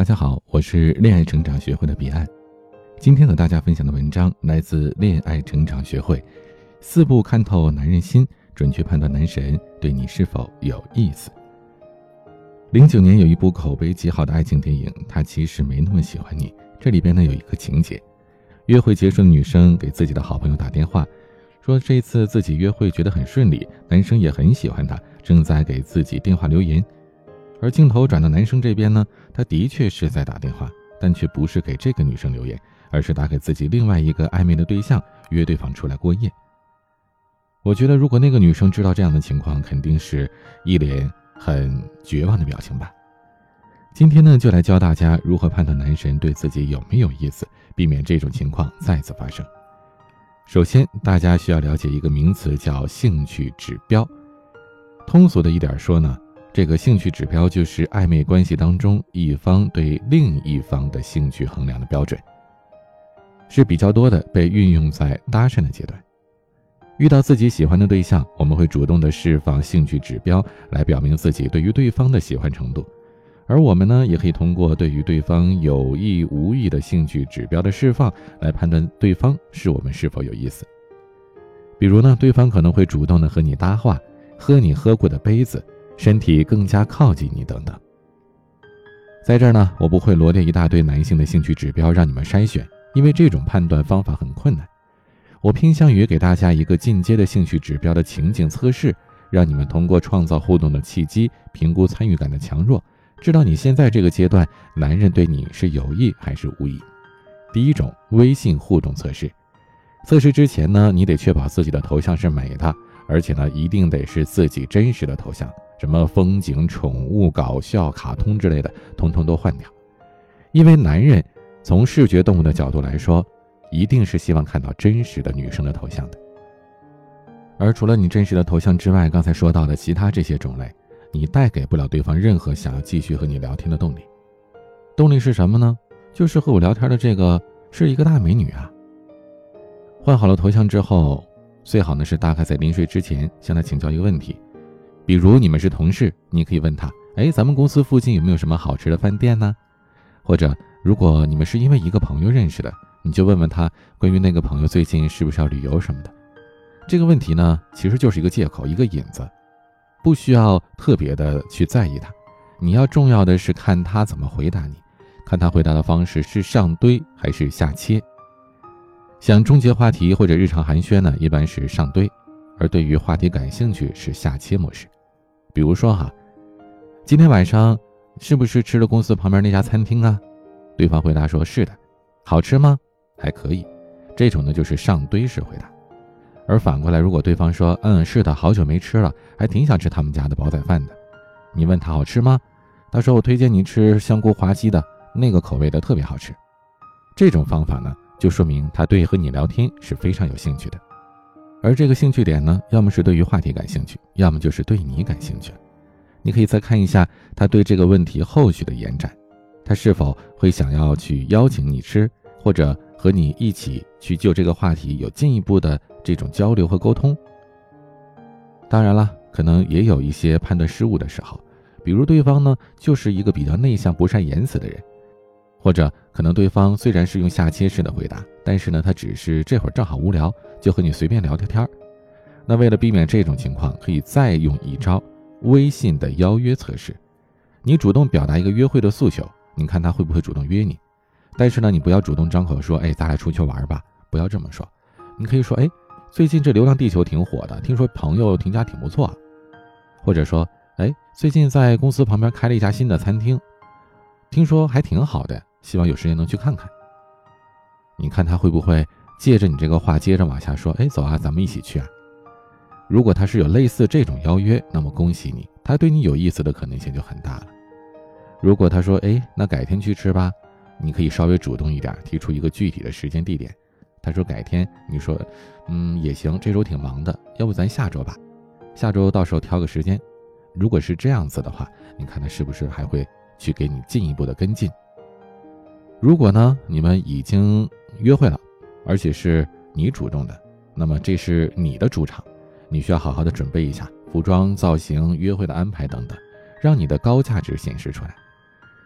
家好，我是恋爱成长学会的彼岸。今天和大家分享的文章来自恋爱成长学会，4步看透男人心，准确判断男神对你是否有意思。09年有一部口碑极好的爱情电影，他其实没那么喜欢你。这里边呢有一个情节，约会结束的女生给自己的好朋友打电话，说这次自己约会觉得很顺利，男生也很喜欢她，正在给自己电话留言。而镜头转到男生这边呢，他的确是在打电话，但却不是给这个女生留言，而是打给自己另外一个暧昧的对象，约对方出来过夜。我觉得如果那个女生知道这样的情况，肯定是一脸很绝望的表情吧。今天呢，就来教大家如何判断男神对自己有没有意思，避免这种情况再次发生。首先，大家需要了解一个名词，叫兴趣指标。通俗的一点说呢，这个兴趣指标就是暧昧关系当中一方对另一方的兴趣衡量的标准，是比较多的被运用在搭讪的阶段。遇到自己喜欢的对象，我们会主动的释放兴趣指标来表明自己对于对方的喜欢程度，而我们呢，也可以通过对于对方有意无意的兴趣指标的释放来判断对方是我们是否有意思。比如呢，对方可能会主动的和你搭话，喝你喝过的杯子，身体更加靠近你等等。在这儿呢，我不会罗列一大堆男性的兴趣指标让你们筛选，因为这种判断方法很困难。我偏向于给大家一个进阶的兴趣指标的情景测试，让你们通过创造互动的契机，评估参与感的强弱，知道你现在这个阶段男人对你是有意还是无意。第一种，微信互动测试。测试之前呢，你得确保自己的头像是美的，而且呢，一定得是自己真实的头像，什么风景、宠物、搞笑、卡通之类的，统统都换掉。因为男人从视觉动物的角度来说，一定是希望看到真实的女生的头像的。而除了你真实的头像之外，刚才说到的其他这些种类，你带给不了对方任何想要继续和你聊天的动力。动力是什么呢？就是和我聊天的这个是一个大美女啊。换好了头像之后，最好呢是大概在临睡之前向她请教一个问题。比如你们是同事，你可以问她，咱们公司附近有没有什么好吃的饭店呢？或者如果你们是因为一个朋友认识的，你就问问他关于那个朋友最近是不是要旅游什么的。这个问题呢，其实就是一个借口，一个引子，不需要特别的去在意他。你要重要的是看他怎么回答你，看他回答的方式是上堆还是下切。想终结话题或者日常寒暄呢，一般是上堆，而对于话题感兴趣是下切模式。比如说今天晚上是不是吃了公司旁边那家餐厅啊？对方回答说是的。好吃吗？还可以。这种呢就是上堆式回答。而反过来，如果对方说是的，好久没吃了，还挺想吃他们家的煲仔饭的，你问他好吃吗？他说我推荐你吃香菇滑鸡的，那个口味的特别好吃。这种方法呢，就说明他对和你聊天是非常有兴趣的。而这个兴趣点呢，要么是对于话题感兴趣，要么就是对你感兴趣。你可以再看一下他对这个问题后续的延展，他是否会想要去邀请你吃，或者和你一起去就这个话题有进一步的这种交流和沟通。当然了，可能也有一些判断失误的时候，比如对方呢就是一个比较内向不善言辞的人，或者可能对方虽然是用下切式的回答，但是呢他只是这会儿正好无聊，就和你随便聊聊天。那为了避免这种情况，可以再用一招微信的邀约测试。你主动表达一个约会的诉求，你看他会不会主动约你。但是呢，你不要主动张口说咱俩出去玩吧，不要这么说。你可以说最近这流浪地球挺火的，听说朋友评价挺不错。或者说最近在公司旁边开了一家新的餐厅，听说还挺好的，希望有时间能去看看。你看他会不会借着你这个话接着往下说，走啊，咱们一起去啊。如果他是有类似这种邀约，那么恭喜你，他对你有意思的可能性就很大了。如果他说那改天去吃吧，你可以稍微主动一点，提出一个具体的时间地点。他说改天，你说也行，这周挺忙的，要不咱下周吧，下周到时候挑个时间。如果是这样子的话，你看他是不是还会去给你进一步的跟进。如果呢你们已经约会了，而且是你主动的，那么这是你的主场，你需要好好的准备一下服装、造型、约会的安排等等，让你的高价值显示出来。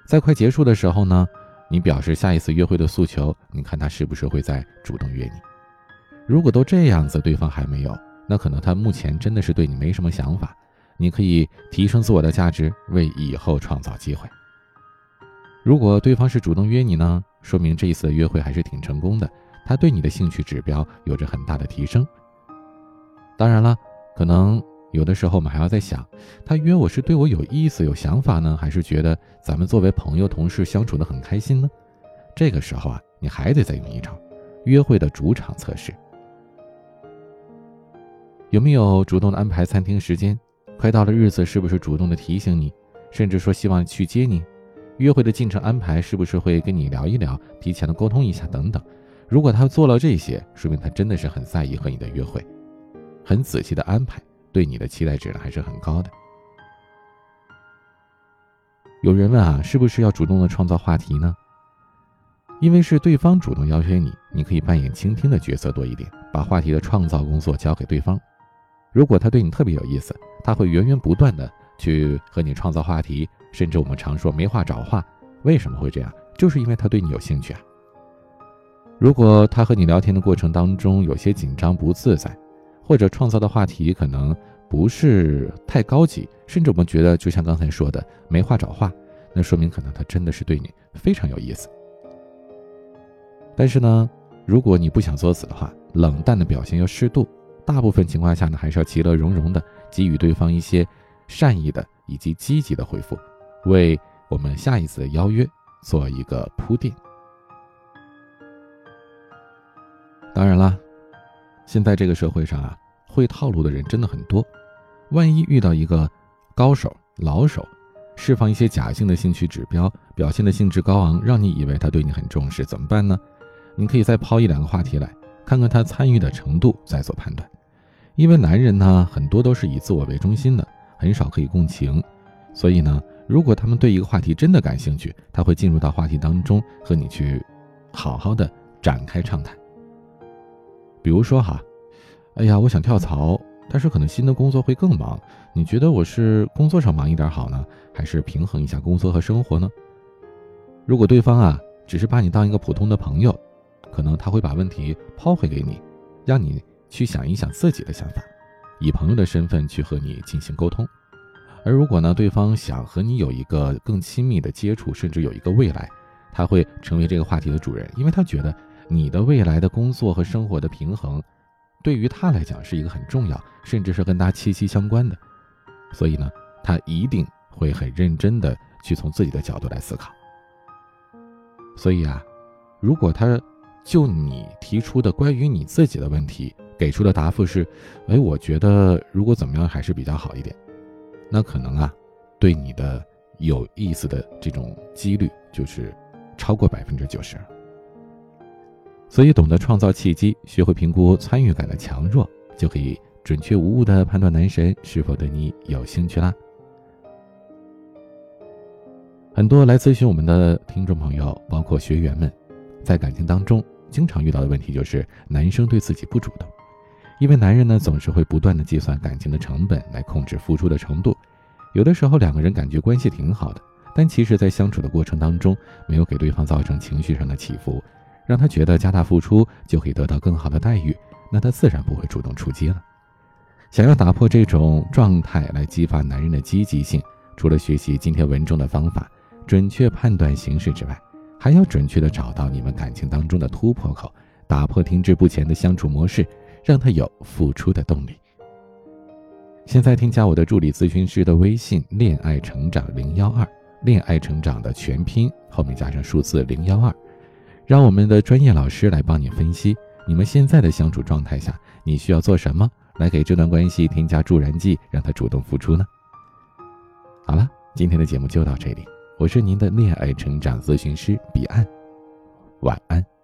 在快结束的时候呢，你表示下一次约会的诉求，你看他是不是会再主动约你。如果都这样子，对方还没有，那可能他目前真的是对你没什么想法，你可以提升自我的价值，为以后创造机会。如果对方是主动约你呢，说明这一次的约会还是挺成功的，他对你的兴趣指标有着很大的提升。当然了，可能有的时候我们还要在想，他约我是对我有意思有想法呢，还是觉得咱们作为朋友同事相处得很开心呢？这个时候啊，你还得再用一招，约会的主场测试。有没有主动的安排餐厅时间？快到了日子，是不是主动的提醒你，甚至说希望去接你？约会的进程安排是不是会跟你聊一聊，提前的沟通一下等等？如果他做了这些，说明他真的是很在意和你的约会，很仔细的安排，对你的期待值还是很高的。有人问啊，是不是要主动的创造话题呢？因为是对方主动邀约你，你可以扮演倾听的角色多一点，把话题的创造工作交给对方。如果他对你特别有意思，他会源源不断的去和你创造话题，甚至我们常说没话找话。为什么会这样？就是因为他对你有兴趣啊。如果他和你聊天的过程当中有些紧张不自在，或者创造的话题可能不是太高级，甚至我们觉得就像刚才说的没话找话，那说明可能他真的是对你非常有意思。但是呢，如果你不想作死的话，冷淡的表现要适度，大部分情况下呢，还是要其乐融融的给予对方一些善意的以及积极的回复，为我们下一次的邀约做一个铺垫。当然了，现在这个社会上啊，会套路的人真的很多，万一遇到一个高手老手，释放一些假性的兴趣指标，表现的兴致高昂，让你以为他对你很重视，怎么办呢？你可以再抛一两个话题来，看看他参与的程度，再做判断。因为男人呢，很多都是以自我为中心的，很少可以共情，所以呢，如果他们对一个话题真的感兴趣，他会进入到话题当中，和你去好好的展开畅谈。比如说哈，哎呀，我想跳槽，但是可能新的工作会更忙，你觉得我是工作上忙一点好呢，还是平衡一下工作和生活呢？如果对方啊，只是把你当一个普通的朋友，可能他会把问题抛回给你，让你去想一想自己的想法，以朋友的身份去和你进行沟通。而如果呢，对方想和你有一个更亲密的接触，甚至有一个未来，他会成为这个话题的主人，因为他觉得你的未来的工作和生活的平衡对于他来讲是一个很重要，甚至是跟他息息相关的，所以呢，他一定会很认真的去从自己的角度来思考。所以啊，如果他就你提出的关于你自己的问题给出的答复是，我觉得如果怎么样还是比较好一点，那可能啊，对你的有意思的这种几率就是超过90%。所以懂得创造契机，学会评估参与感的强弱，就可以准确无误地判断男神是否对你有兴趣啦。很多来咨询我们的听众朋友，包括学员们，在感情当中经常遇到的问题就是男生对自己不主动。因为男人呢，总是会不断的计算感情的成本来控制付出的程度，有的时候两个人感觉关系挺好的，但其实在相处的过程当中没有给对方造成情绪上的起伏，让他觉得加大付出就可以得到更好的待遇，那他自然不会主动出击了。想要打破这种状态来激发男人的积极性，除了学习今天文中的方法，准确判断形势之外，还要准确的找到你们感情当中的突破口，打破停滞不前的相处模式，让他有付出的动力。现在添加我的助理咨询师的微信恋爱成长012，恋爱成长的全拼后面加上数字012，让我们的专业老师来帮你分析你们现在的相处状态下，你需要做什么来给这段关系添加助燃剂，让他主动付出呢？好了，今天的节目就到这里，我是您的恋爱成长咨询师彼岸，晚安。